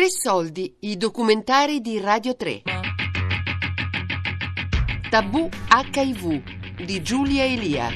Tre soldi, i documentari di Radio 3. Tabù HIV di Giulia Elia.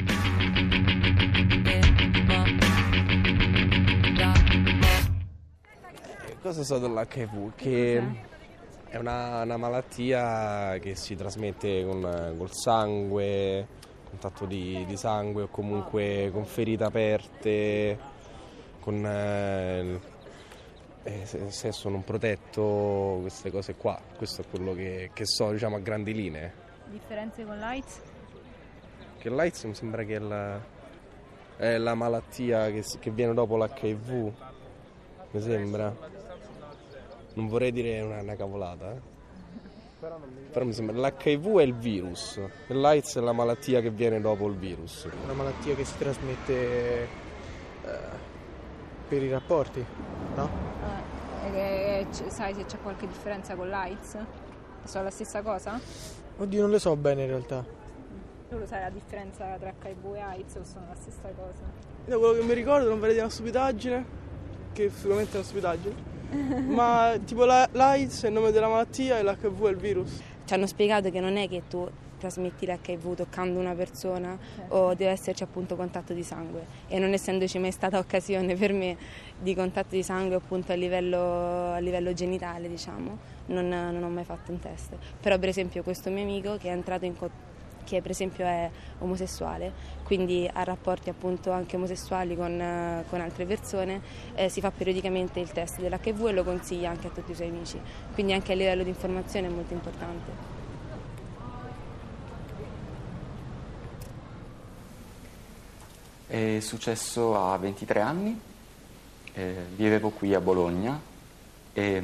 Cosa so dell'HIV? Che è una malattia che si trasmette col sangue, contatto di sangue o comunque con ferite aperte, con sesso non protetto, queste cose qua. Questo è quello che so, diciamo, a grandi linee. Differenze con l'AIDS? Che l'AIDS mi sembra che è la malattia che viene dopo l'HIV, mi sembra. Non vorrei dire una cavolata, però mi sembra l'HIV è il virus, e l'AIDS è la malattia che viene dopo il virus. Una malattia che si trasmette per i rapporti, no? Sai se c'è qualche differenza con l'AIDS? Sono la stessa cosa? Oddio, non lo so bene in realtà. Tu lo sai la differenza tra HIV e AIDS o sono la stessa cosa? Da quello che mi ricordo non vorrei dire una stupidaggine, che sicuramente è una stupidaggine, ma tipo l'AIDS è il nome della malattia e l'HIV è il virus. Ci hanno spiegato che non è che tu trasmetti l'HIV toccando una persona o deve esserci appunto contatto di sangue, e non essendoci mai stata occasione per me di contatto di sangue appunto a livello genitale, diciamo, non ho mai fatto un test. Però per esempio questo mio amico che è entrato che per esempio è omosessuale, quindi ha rapporti appunto anche omosessuali con altre persone, si fa periodicamente il test dell'HIV e lo consiglia anche a tutti i suoi amici, quindi anche a livello di informazione è molto importante. È successo a 23 anni, vivevo qui a Bologna e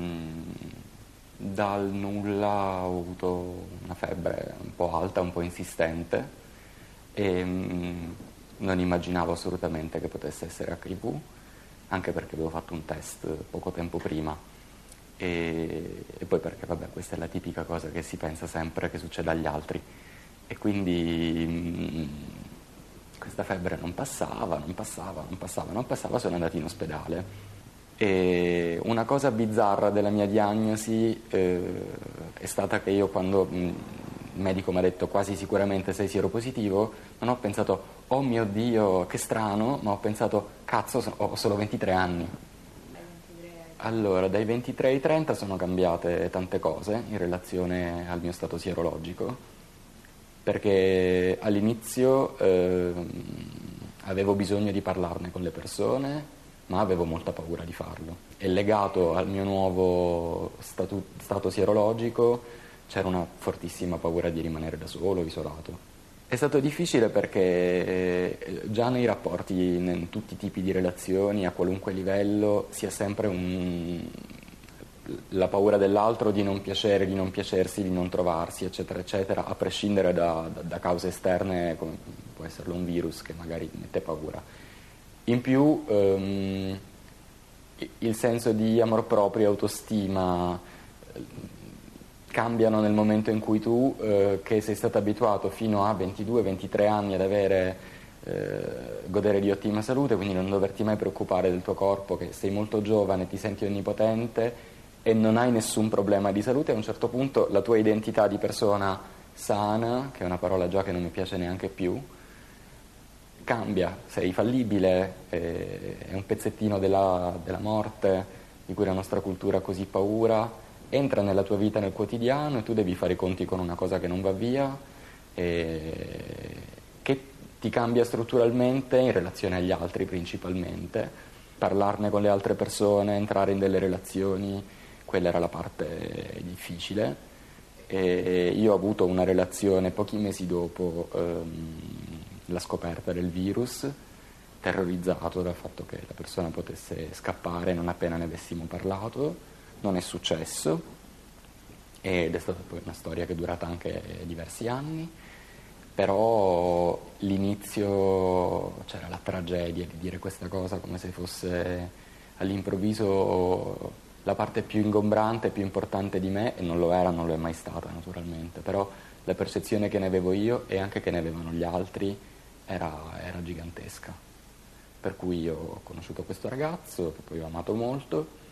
dal nulla ho avuto una febbre un po' alta, un po' insistente e non immaginavo assolutamente che potesse essere HIV, anche perché avevo fatto un test poco tempo prima e poi perché vabbè, questa è la tipica cosa che si pensa sempre che succeda agli altri, e quindi questa febbre non passava, sono andato in ospedale. E una cosa bizzarra della mia diagnosi è stata che io, quando il medico mi ha detto quasi sicuramente sei sieropositivo, non ho pensato oh mio Dio che strano, ma ho pensato cazzo ho solo 23 anni. Allora dai 23 ai 30 sono cambiate tante cose in relazione al mio stato sierologico, perché all'inizio avevo bisogno di parlarne con le persone, ma avevo molta paura di farlo. E legato al mio nuovo stato sierologico c'era una fortissima paura di rimanere da solo, isolato. È stato difficile perché già nei rapporti, in tutti i tipi di relazioni, a qualunque livello, si ha sempre la paura dell'altro di non piacere, di non piacersi, di non trovarsi, eccetera, eccetera, a prescindere da cause esterne, come può esserlo un virus che magari mette paura. In più il senso di amor proprio e autostima cambiano nel momento in cui tu, che sei stato abituato fino a 22-23 anni ad godere di ottima salute, quindi non doverti mai preoccupare del tuo corpo, che sei molto giovane, ti senti onnipotente e non hai nessun problema di salute, a un certo punto la tua identità di persona sana, che è una parola già che non mi piace neanche più, cambia, sei fallibile, è un pezzettino della morte di cui la nostra cultura ha così paura, entra nella tua vita, nel quotidiano, e tu devi fare i conti con una cosa che non va via, che ti cambia strutturalmente in relazione agli altri principalmente, parlarne con le altre persone, entrare in delle relazioni, quella era la parte difficile. E io ho avuto una relazione pochi mesi dopo la scoperta del virus, terrorizzato dal fatto che la persona potesse scappare non appena ne avessimo parlato. Non è successo ed è stata poi una storia che è durata anche diversi anni, però l'inizio c'era la tragedia di dire questa cosa come se fosse all'improvviso la parte più ingombrante, più importante di me, e non lo era, non lo è mai stata naturalmente, però la percezione che ne avevo io e anche che ne avevano gli altri era gigantesca. Per cui io ho conosciuto questo ragazzo che poi ho amato molto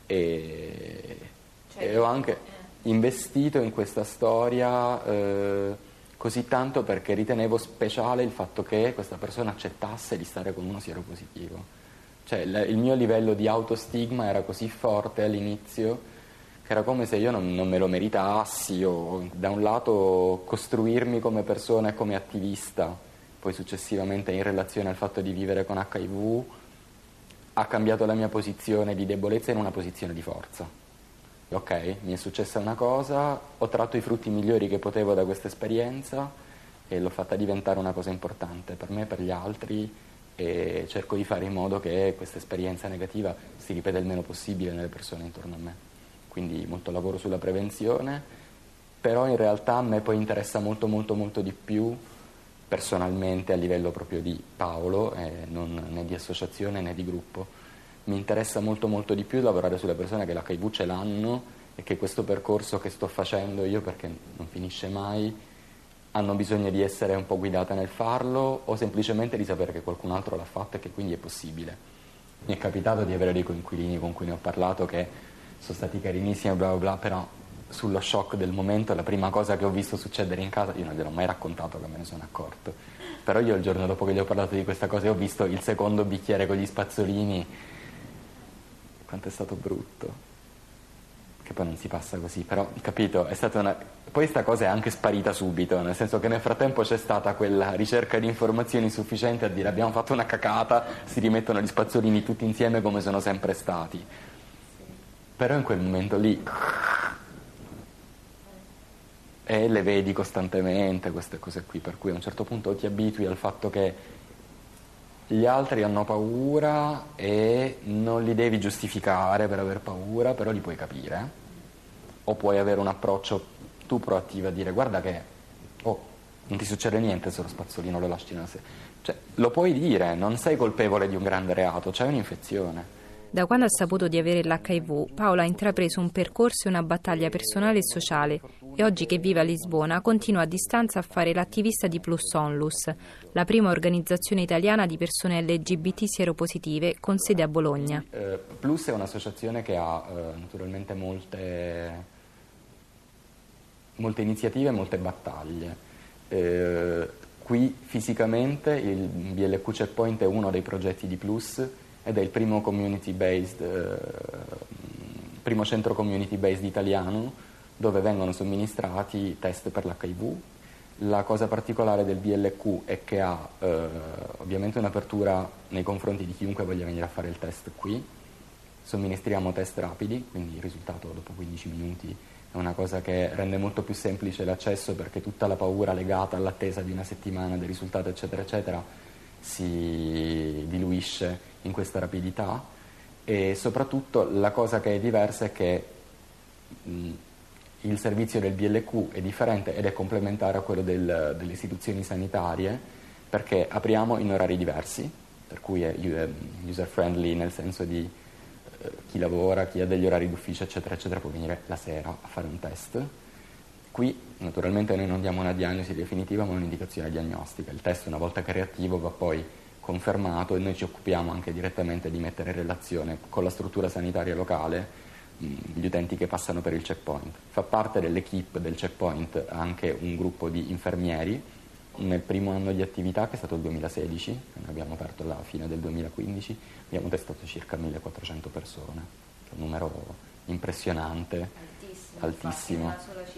e ho anche investito in questa storia così tanto perché ritenevo speciale il fatto che questa persona accettasse di stare con uno sieropositivo. Cioè il mio livello di autostigma era così forte all'inizio che era come se io non me lo meritassi, o da un lato costruirmi come persona e come attivista, poi successivamente in relazione al fatto di vivere con HIV, ha cambiato la mia posizione di debolezza in una posizione di forza. Ok, mi è successa una cosa, ho tratto i frutti migliori che potevo da questa esperienza e l'ho fatta diventare una cosa importante per me e per gli altri, e cerco di fare in modo che questa esperienza negativa si ripeta il meno possibile nelle persone intorno a me. Quindi molto lavoro sulla prevenzione, però in realtà a me poi interessa molto di più personalmente a livello proprio di Paolo, né di associazione né di gruppo. Mi interessa molto di più lavorare sulle persone che l'HIV ce l'hanno e che questo percorso che sto facendo io, perché non finisce mai, hanno bisogno di essere un po' guidate nel farlo o semplicemente di sapere che qualcun altro l'ha fatto e che quindi è possibile. Mi è capitato di avere dei coinquilini con cui ne ho parlato che sono stati carinissimi bla bla bla, però sullo shock del momento la prima cosa che ho visto succedere in casa, io non gliel'ho mai raccontato che me ne sono accorto, però io il giorno dopo che gli ho parlato di questa cosa e ho visto il secondo bicchiere con gli spazzolini, quanto è stato brutto, che poi non si passa così, però capito, è stata poi sta cosa è anche sparita subito, nel senso che nel frattempo c'è stata quella ricerca di informazioni sufficiente a dire abbiamo fatto una cacata, si rimettono gli spazzolini tutti insieme come sono sempre stati. Però in quel momento lì e le vedi costantemente queste cose qui, per cui a un certo punto ti abitui al fatto che gli altri hanno paura e non li devi giustificare per aver paura, però li puoi capire, o puoi avere un approccio tu proattivo a dire guarda che non ti succede niente se lo spazzolino lo lasci nella cioè lo puoi dire, non sei colpevole di un grande reato, c'hai un'infezione. Da quando ha saputo di avere l'HIV, Paolo ha intrapreso un percorso e una battaglia personale e sociale e oggi che vive a Lisbona continua a distanza a fare l'attivista di Plus Onlus, la prima organizzazione italiana di persone LGBT sieropositive con sede a Bologna. Plus è un'associazione che ha naturalmente molte iniziative e molte battaglie. Qui fisicamente il BLQ Checkpoint è uno dei progetti di Plus ed è il primo primo centro community based italiano dove vengono somministrati test per l'HIV. La cosa particolare del BLQ è che ha ovviamente un'apertura nei confronti di chiunque voglia venire a fare il test qui. Somministriamo test rapidi, quindi il risultato dopo 15 minuti è una cosa che rende molto più semplice l'accesso, perché tutta la paura legata all'attesa di una settimana del risultato eccetera eccetera si diluisce in questa rapidità. E soprattutto la cosa che è diversa è che il servizio del BLQ è differente ed è complementare a quello delle istituzioni sanitarie, perché apriamo in orari diversi, per cui è user friendly nel senso di chi lavora, chi ha degli orari d'ufficio eccetera eccetera può venire la sera a fare un test. Qui naturalmente noi non diamo una diagnosi definitiva ma un'indicazione diagnostica. Il test una volta che è reattivo va poi confermato e noi ci occupiamo anche direttamente di mettere in relazione con la struttura sanitaria locale gli utenti che passano per il checkpoint. Fa parte dell'equipe del checkpoint anche un gruppo di infermieri. Nel primo anno di attività, che è stato il 2016, noi abbiamo aperto alla fine del 2015, abbiamo testato circa 1400 persone, che è un numero impressionante, altissimo.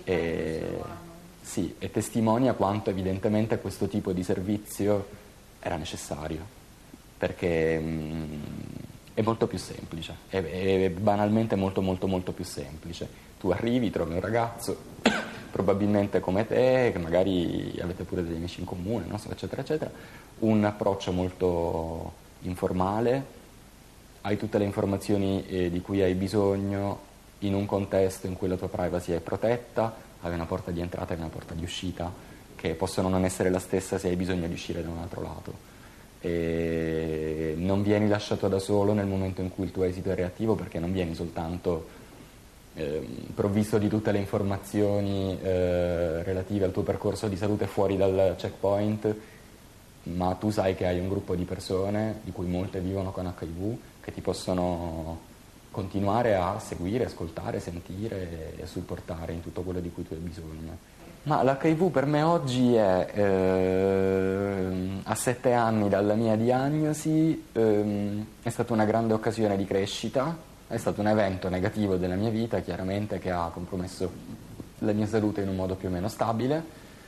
Sì, e testimonia quanto evidentemente questo tipo di servizio era necessario, perché è molto più semplice, è banalmente molto più semplice. Tu arrivi, trovi un ragazzo probabilmente come te, che magari avete pure degli amici in comune, no? Eccetera eccetera, un approccio molto informale, hai tutte le informazioni di cui hai bisogno in un contesto in cui la tua privacy è protetta, hai una porta di entrata e una porta di uscita che possono non essere la stessa se hai bisogno di uscire da un altro lato. E non vieni lasciato da solo nel momento in cui il tuo esito è reattivo, perché non vieni soltanto provvisto di tutte le informazioni relative al tuo percorso di salute fuori dal checkpoint, ma tu sai che hai un gruppo di persone, di cui molte vivono con HIV, che ti possono continuare a seguire, ascoltare, sentire e supportare in tutto quello di cui tu hai bisogno. Ma l'HIV per me oggi è, a 7 anni dalla mia diagnosi, è stata una grande occasione di crescita, è stato un evento negativo della mia vita, chiaramente, che ha compromesso la mia salute in un modo più o meno stabile,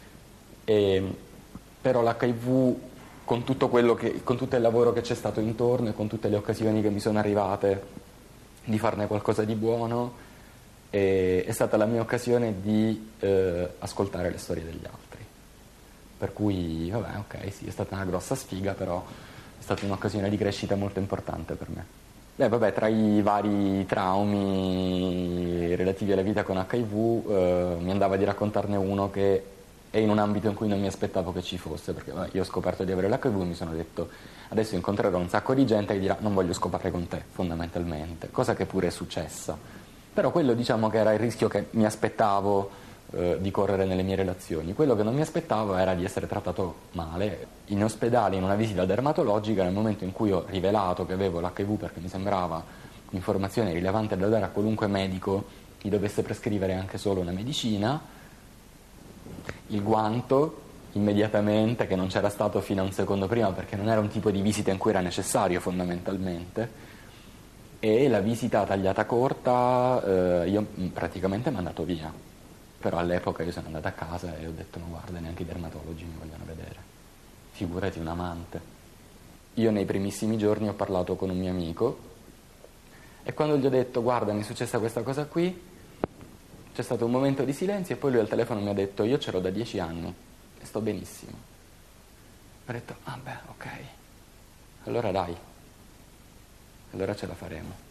però l'HIV, con tutto il lavoro che c'è stato intorno e con tutte le occasioni che mi sono arrivate di farne qualcosa di buono, è stata la mia occasione di ascoltare le storie degli altri. Per cui, vabbè, ok, sì, è stata una grossa sfiga, però è stata un'occasione di crescita molto importante per me. Vabbè, tra i vari traumi relativi alla vita con HIV, mi andava di raccontarne uno che è in un ambito in cui non mi aspettavo che ci fosse, perché io ho scoperto di avere l'HIV e mi sono detto adesso incontrerò un sacco di gente che dirà non voglio scopare con te, fondamentalmente, cosa che pure è successa. Però quello, diciamo, che era il rischio che mi aspettavo di correre nelle mie relazioni. Quello che non mi aspettavo era di essere trattato male in ospedale, in una visita dermatologica. Nel momento in cui ho rivelato che avevo l'HIV, perché mi sembrava un'informazione rilevante da dare a qualunque medico mi dovesse prescrivere anche solo una medicina, il guanto immediatamente, che non c'era stato fino a un secondo prima perché non era un tipo di visita in cui era necessario fondamentalmente, e la visita tagliata corta, io praticamente mi andato via. Però all'epoca io sono andata a casa e ho detto no, guarda, neanche i dermatologi mi vogliono vedere, figurati un amante. Io nei primissimi giorni ho parlato con un mio amico e quando gli ho detto guarda, mi è successa questa cosa qui, c'è stato un momento di silenzio e poi lui al telefono mi ha detto io ce l'ho da 10 anni e sto benissimo. Ho detto ah beh, ok, allora dai, allora ce la faremo.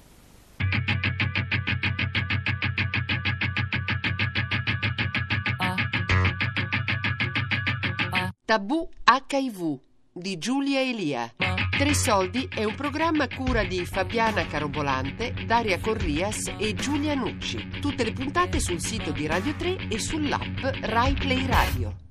Tabù HIV di Giulia Elia. 3 soldi è un programma a cura di Fabiana Carobolante, Daria Corrias e Giulia Nucci. Tutte le puntate sul sito di Radio 3 e sull'app Rai Play Radio.